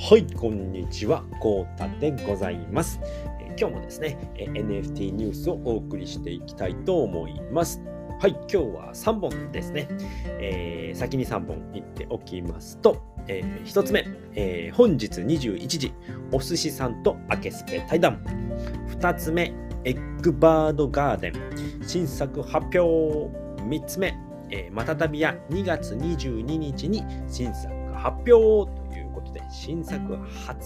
はい、こんにちは、こうたでございます。今日もですね、NFT ニュースをお送りしていきたいと思います。はい、今日は3本ですね。先に3本言っておきますと、1つ目、本日21時、お寿司さんと明けスペ対談。2つ目、エッグバードガーデン、新作発表。3つ目、またたびや2月22日に新作発表ということで、新作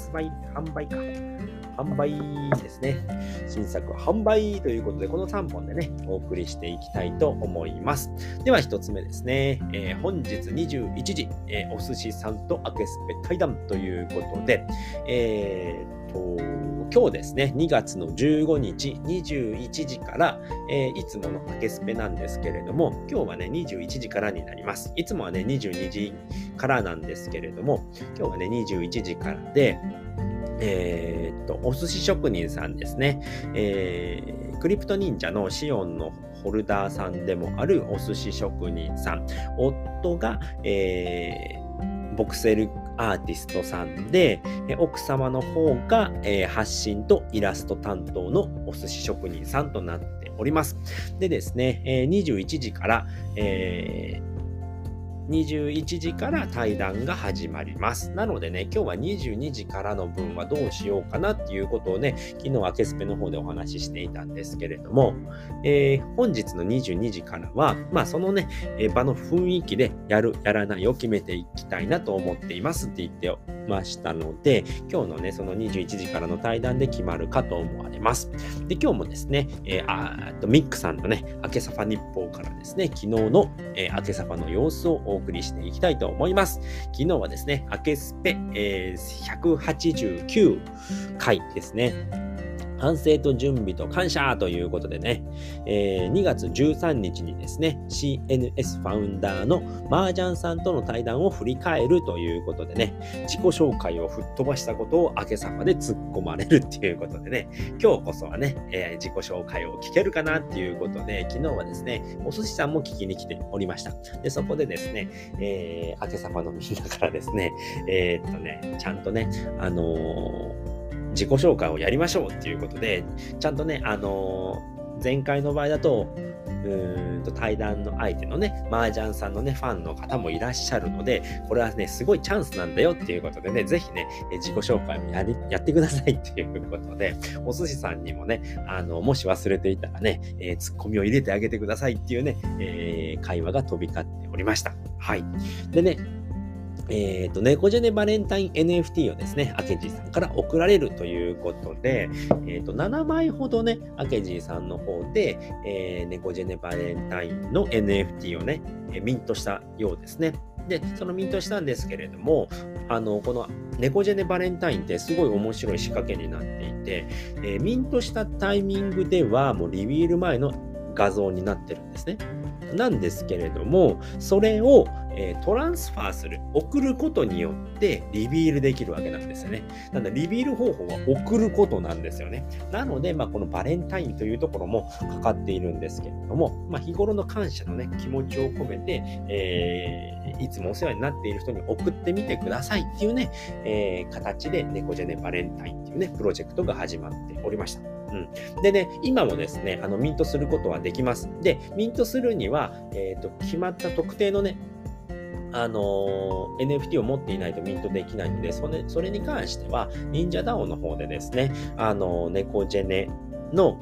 販売ですね。新作販売ということで、この3本でね、お送りしていきたいと思います。では1つ目ですね。本日21時、お寿司さんと明けスペ対談ということで、今日ですね、2月の15日21時から、いつもの明けスペなんですけれども、今日はね、21時からになります。いつもはね、22時からなんですけれども、今日はね、21時からで、お寿司職人さんですね。クリプト忍者のシオンのホルダーさんでもあるお寿司職人さん。夫が、ボクセルアーティストさんで、奥様の方が、発信とイラスト担当のお寿司職人さんとなっております。でですね、21時から、21時から対談が始まります。なのでね、今日は22時からの分はどうしようかなっていうことをね、昨日明けスペの方でお話ししていたんですけれども、本日の22時からは、そのね、場の雰囲気でやる、やらないを決めていきたいなと思っていますって言ってましたので、今日のね、その21時からの対談で決まるかと思われます。で、今日もですね、ミックさんのね、明けサファ日報からですね、昨日の、明けサファの様子をお送りしていきたいと思います。昨日はですね、明けスペ、189回ですね。反省と準備と感謝ということでね、2月13日にですね、CNS ファウンダーのマージャンさんとの対談を振り返るということでね、自己紹介を吹っ飛ばしたことを明けさまで突っ込まれるっていうことでね、今日こそはね、自己紹介を聞けるかなっていうことで、昨日はですね、お寿司さんも聞きに来ておりました。で、そこでですね、明けさまのみんなからですね、ちゃんとね、自己紹介をやりましょうっていうことで、ちゃんとね、前回の場合だと、対談の相手のね、麻雀さんのね、ファンの方もいらっしゃるので、これはね、すごいチャンスなんだよっていうことでね、ぜひね、自己紹介もやってくださいっていうことで、お寿司さんにもね、もし忘れていたらね、ツッコミを入れてあげてくださいっていうね、会話が飛び交っておりました。はい。でね、猫ジェネバレンタイン NFT をですね、アケジーさんから送られるということで、7枚ほどね、アケジーさんの方で、猫ジェネバレンタインの NFT をね、ミントしたようですね。で、そのミントしたんですけれども、この猫ジェネバレンタインってすごい面白い仕掛けになっていて、ミントしたタイミングではもうリビール前の画像になってるんですね。なんですけれども、それを、トランスファーする、送ることによってリビールできるわけなんですよね。なので、リビール方法は送ることなんですよね。なので、このバレンタインというところもかかっているんですけれども、日頃の感謝のね、気持ちを込めて、いつもお世話になっている人に送ってみてくださいっていうね、形で猫ジェネバレンタインっていうね、プロジェクトが始まっておりました。でね、今もですね、ミントすることはできます。で、ミントするには、決まった特定のね、NFT を持っていないとミントできないので、それに関しては、忍者 DAO の方でですね、猫ジェネの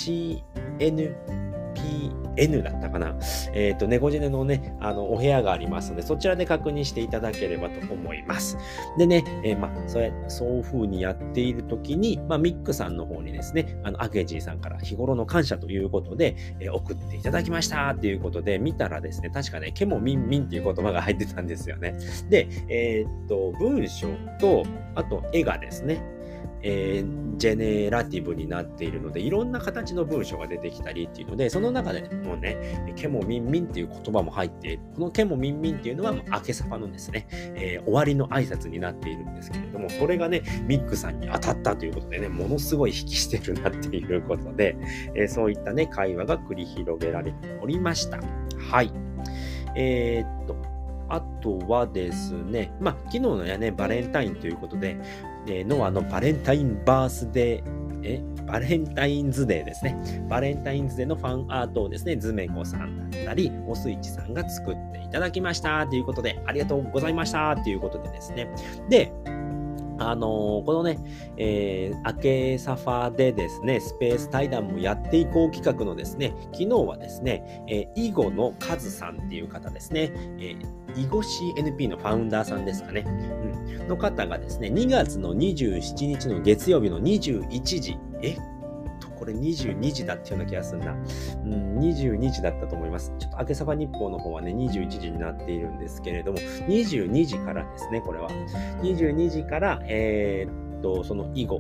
CNPN だったかな。猫ジェネのね、お部屋がありますので、そちらで確認していただければと思います。でね、そういう風にやっているときに、ミックさんの方にですね、アケジーさんから日頃の感謝ということで、送っていただきましたっていうことで、見たらですね、確かね、ケモミンミンっていう言葉が入ってたんですよね。で、文章と、あと絵がですね、ジェネラティブになっているので、いろんな形の文章が出てきたりっていうので、その中でもうね、ケモミンミンっていう言葉も入っている。このケモミンミンっていうのは、明けサファのですね、終わりの挨拶になっているんですけれども、それがね、ミックさんに当たったということでね、ものすごい引きしてるなっていうことで、そういったね、会話が繰り広げられておりました。はい。 あとはですね、昨日のね、バレンタインということで、ノアのバレンタインバースデー、バレンタインズデーですね。バレンタインズデーのファンアートをですね、ズメコさんだったり、おすいちさんが作っていただきましたということで、ありがとうございましたということでですね。で、このね、アケサファでですね、スペース対談もやっていこう企画のですね、昨日はですね、囲碁のカズさんっていう方ですね、囲碁 CNP のファウンダーさんですかね、の方がですね、2月の27日の月曜日の21時、これ22時だっていうような気がするな。22時だったと思います。ちょっと明けさば日報の方はね、21時になっているんですけれども、22時からですね、これは。22時から、その囲碁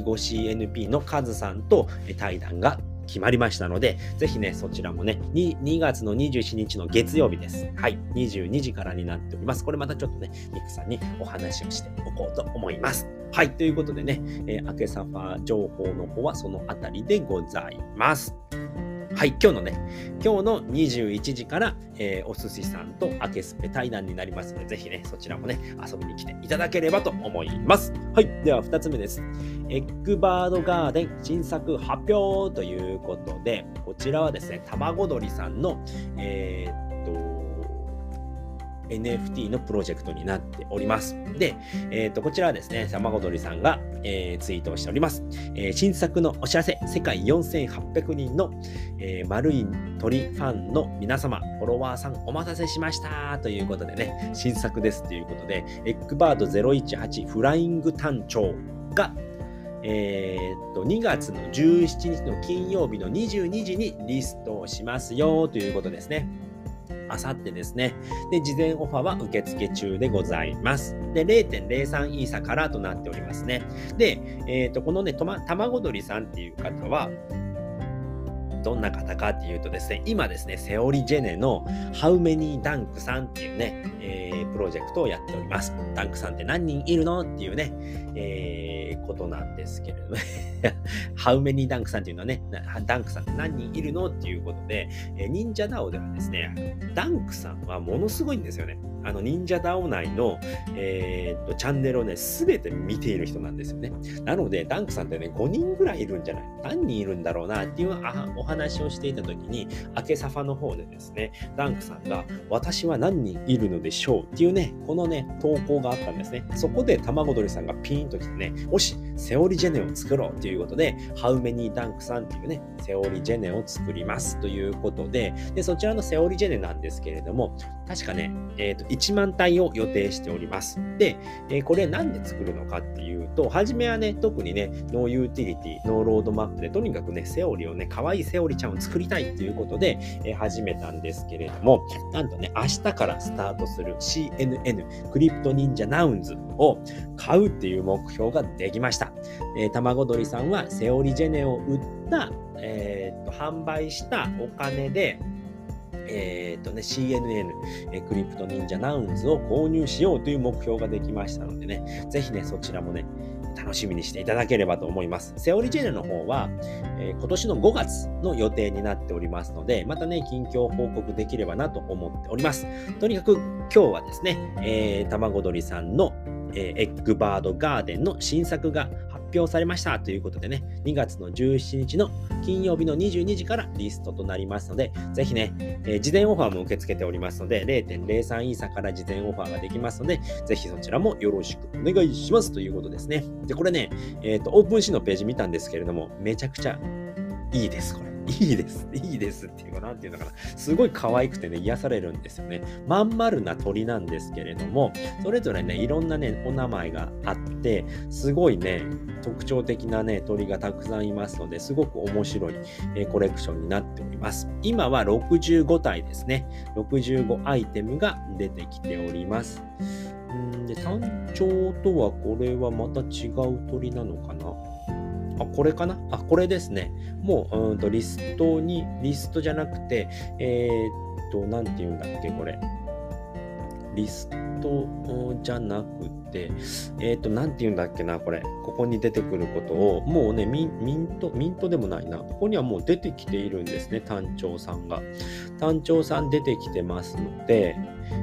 CNP のカズさんと対談が決まりましたので、ぜひね、そちらもね、2月の27日の月曜日です。はい、22時からになっております。これまたちょっとね、ミクさんにお話をしておこうと思います。はい、ということでね、アケサファ情報の方はそのあたりでございます。はい、今日の21時から、お寿司さんとアケスペ対談になりますので、ぜひね、そちらもね、遊びに来ていただければと思います。はい、では2つ目です。エッグバードガーデン新作発表ということで、こちらはですね、卵鳥さんの、NFT のプロジェクトになっております。で、こちらはですね、卵鳥さんが、ツイートをしております。新作のお知らせ、世界4800人の、丸い鳥ファンの皆様、フォロワーさんお待たせしましたということでね、新作ですということで、エッグバード018フライング単調が、2月の17日の金曜日の22時にリストをしますよということですね。あさってですね。で、事前オファーは受付中でございます。で、0.03 イーサからとなっておりますね。で、このね、卵鳥さんっていう方は、どんな方かっていうとですね、今ですね、セオリジェネの How Many Dunk さんっていうね、プロジェクトをやっております。ダンクさんって何人いるのっていうね、ことなんですけれども、How Many Dunk さんっていうのはね、ダンクさんって何人いるのっていうことで、忍者ダオではですね、ダンクさんはものすごいんですよね。忍者ダオ内の、チャンネルをね、すべて見ている人なんですよね。なので、ダンクさんってね、5人ぐらいいるんじゃない？何人いるんだろうなっていうお話をしていたときに、アケサファの方でですね、ダンクさんが、私は何人いるのでしょうっていうね、このね、投稿があったんですね。そこで、卵鳥さんがピーンと来てね、よし、セオリジェネを作ろうということで、How Many Dunk さんっていうね、セオリジェネを作りますということで、そちらのセオリジェネなんですけれども、確かね、1万体を予定しております。で、これなんで作るのかっていうと、初めはね、特にね、ノーユーティリティ、ノーロードマップで、とにかくね、セオリをね、可愛いセオリちゃんを作りたいっていうことで、始めたんですけれども、なんとね、明日からスタートする CNN、クリプト忍者ナウンズを買うっていう目標ができました。卵鳥さんはセオリジェネを売った、販売したお金で、CNN、クリプト忍者ナウンズを購入しようという目標ができましたのでね、ぜひね、そちらもね、楽しみにしていただければと思います。セオリジェネの方は、今年の5月の予定になっておりますので、またね、近況報告できればなと思っております。とにかく今日はですね、卵鳥さんの、エッグバードガーデンの新作が発表されましたということでね、2月の17日の金曜日の22時からリストとなりますので、ぜひね、事前オファーも受け付けておりますので、0.03 イーサから事前オファーができますので、ぜひそちらもよろしくお願いしますということですね。で、これね、オープンシーのページ見たんですけれども、めちゃくちゃいいです、これ。いいですっていうか、なんていうのかな。すごい可愛くてね、癒されるんですよね。まん丸な鳥なんですけれども、それぞれね、いろんなね、お名前があって、すごいね、特徴的なね、鳥がたくさんいますので、すごく面白い、コレクションになっております。今は65体ですね。65アイテムが出てきております。で、単調とはこれはまた違う鳥なのかな。これかな？これですね。もう、リストじゃなくて、なんて言うんだっけ、これ。リストじゃなくて、なんて言うんだっけな、これ。ここに出てくることを、もうね、ミントでもないな。ここにはもう出てきているんですね、単調さんが。単調さん出てきてますので、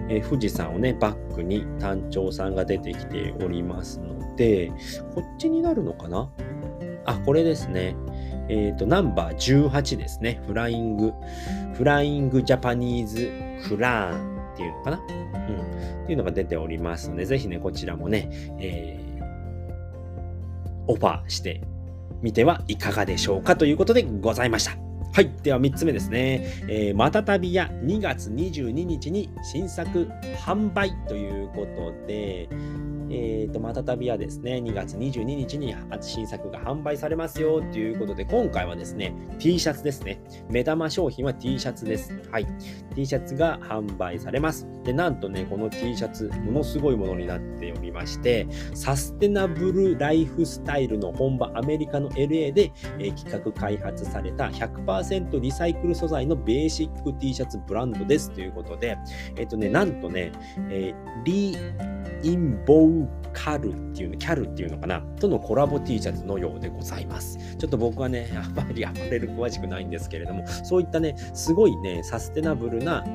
富士山をね、バックに単調さんが出てきておりますので、こっちになるのかな？これですね。ナンバー18ですね。フライングジャパニーズクラーンっていうのかな？っていうのが出ておりますので、ぜひね、こちらもね、オファーしてみてはいかがでしょうかということでございました。はい。では3つ目ですね。またたびや2月22日に新作販売ということで、またたびやですね、2月22日に新作が販売されますよということで、今回はですね、T シャツですね。目玉商品は T シャツです。はい。T シャツが販売されます。で、なんとね、この T シャツ、ものすごいものになっておりまして、サステナブルライフスタイルの本場アメリカの LA で、企画開発された 100% リサイクル素材のベーシック T シャツブランドですということで、なんとね、リインボーカルっていうの、キャルっていうのかなとのコラボ T シャツのようでございます。ちょっと僕はね、あまりアパレル詳しくないんですけれども、そういったね、すごいね、サステナブルな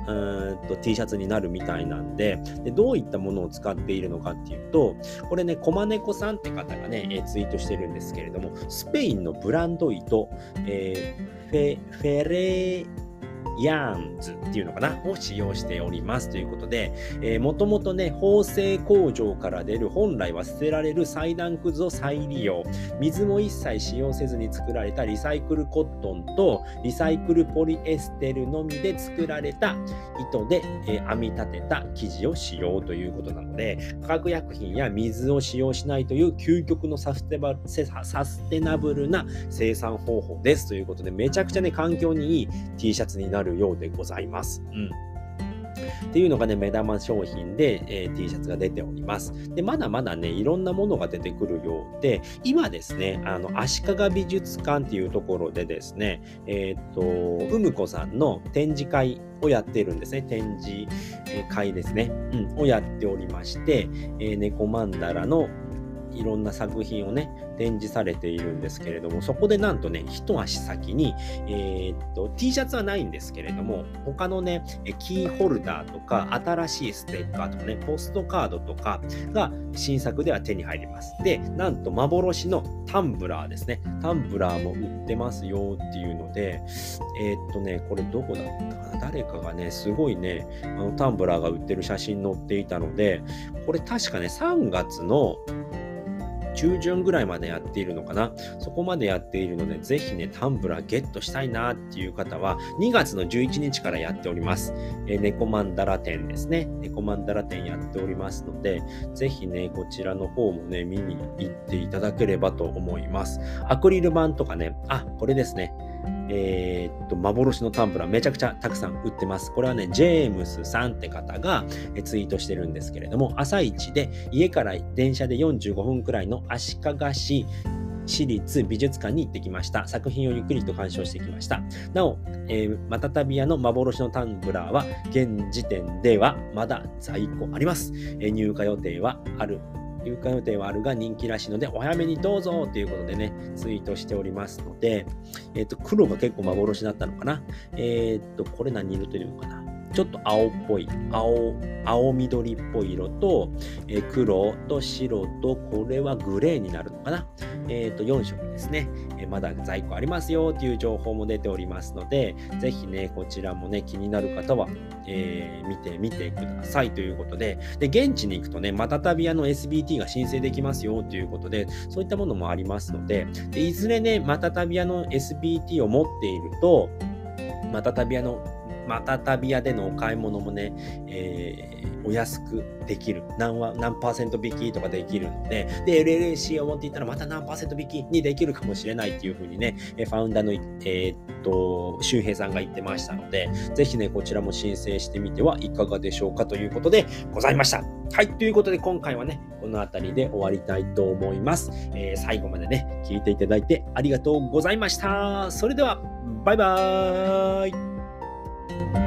T シャツになるみたいなんで、どういったものを使っているのかっていうと、これね、コマネコさんって方がね、ツイートしてるんですけれども、スペインのブランド糸、フェレヤーンズっていうのかなを使用しておりますということで、もともとね、縫製工場から出る本来は捨てられる裁断くずを再利用、水も一切使用せずに作られたリサイクルコットンとリサイクルポリエステルのみで作られた糸で、編み立てた生地を使用ということなので、化学薬品や水を使用しないという究極のサステナブルな生産方法ですということで、めちゃくちゃね、環境にいい T シャツになるようでございます。っていうのがね、目玉商品で、T シャツが出ております。で、まだまだね、いろんなものが出てくるようで、今ですね、足利美術館っていうところでですね、うむこさんの展示会をやっているんですね。展示会ですね。をやっておりまして、猫曼荼羅のいろんな作品をね、展示されているんですけれども、そこでなんとね、一足先に、T シャツはないんですけれども、他のね、キーホルダーとか、新しいステッカーとかね、ポストカードとかが新作では手に入ります。で、なんと幻のタンブラーですね。タンブラーも売ってますよっていうので、これどこだったかな？誰かがね、すごいね、タンブラーが売ってる写真載っていたので、これ確かね、3月の中旬ぐらいまでやっているのかな。そこまでやっているので、ぜひね、タンブラーゲットしたいなっていう方は、2月の11日からやっております。猫曼荼羅展ですね。猫曼荼羅展やっておりますので、ぜひね、こちらの方もね、見に行っていただければと思います。アクリル板とかね、これですね。幻のタンブラーめちゃくちゃたくさん売ってます。これはね、ジェームスさんって方がツイートしてるんですけれども、朝一で家から電車で45分くらいの足利市私立美術館に行ってきました。作品をゆっくりと鑑賞してきました。なお、またたびやの幻のタンブラーは現時点ではまだ在庫あります。入荷予定はあるが人気らしいのでお早めにどうぞということでねツイートしておりますので、黒が結構幻だったのかな。これ何色というのかな。ちょっと青っぽい青緑っぽい色と、黒と白とこれはグレーになるのかな。4色ですね。まだ在庫ありますよという情報も出ておりますので、ぜひねこちらもね気になる方は、見てみてくださいということで、現地に行くとねまたたびSBT が申請できますよということで、そういったものもありますので、いずれねまたたびSBT を持っているとまたたび屋でのお買い物もね、お安くできる。何%引きとかできるので、LLC を持っていったらまた何%引きにできるかもしれないっていう風にね、ファウンダーの、周平さんが言ってましたので、ぜひね、こちらも申請してみてはいかがでしょうかということでございました。はい、ということで今回はね、この辺りで終わりたいと思います。最後までね、聞いていただいてありがとうございました。それでは、バイバーイ。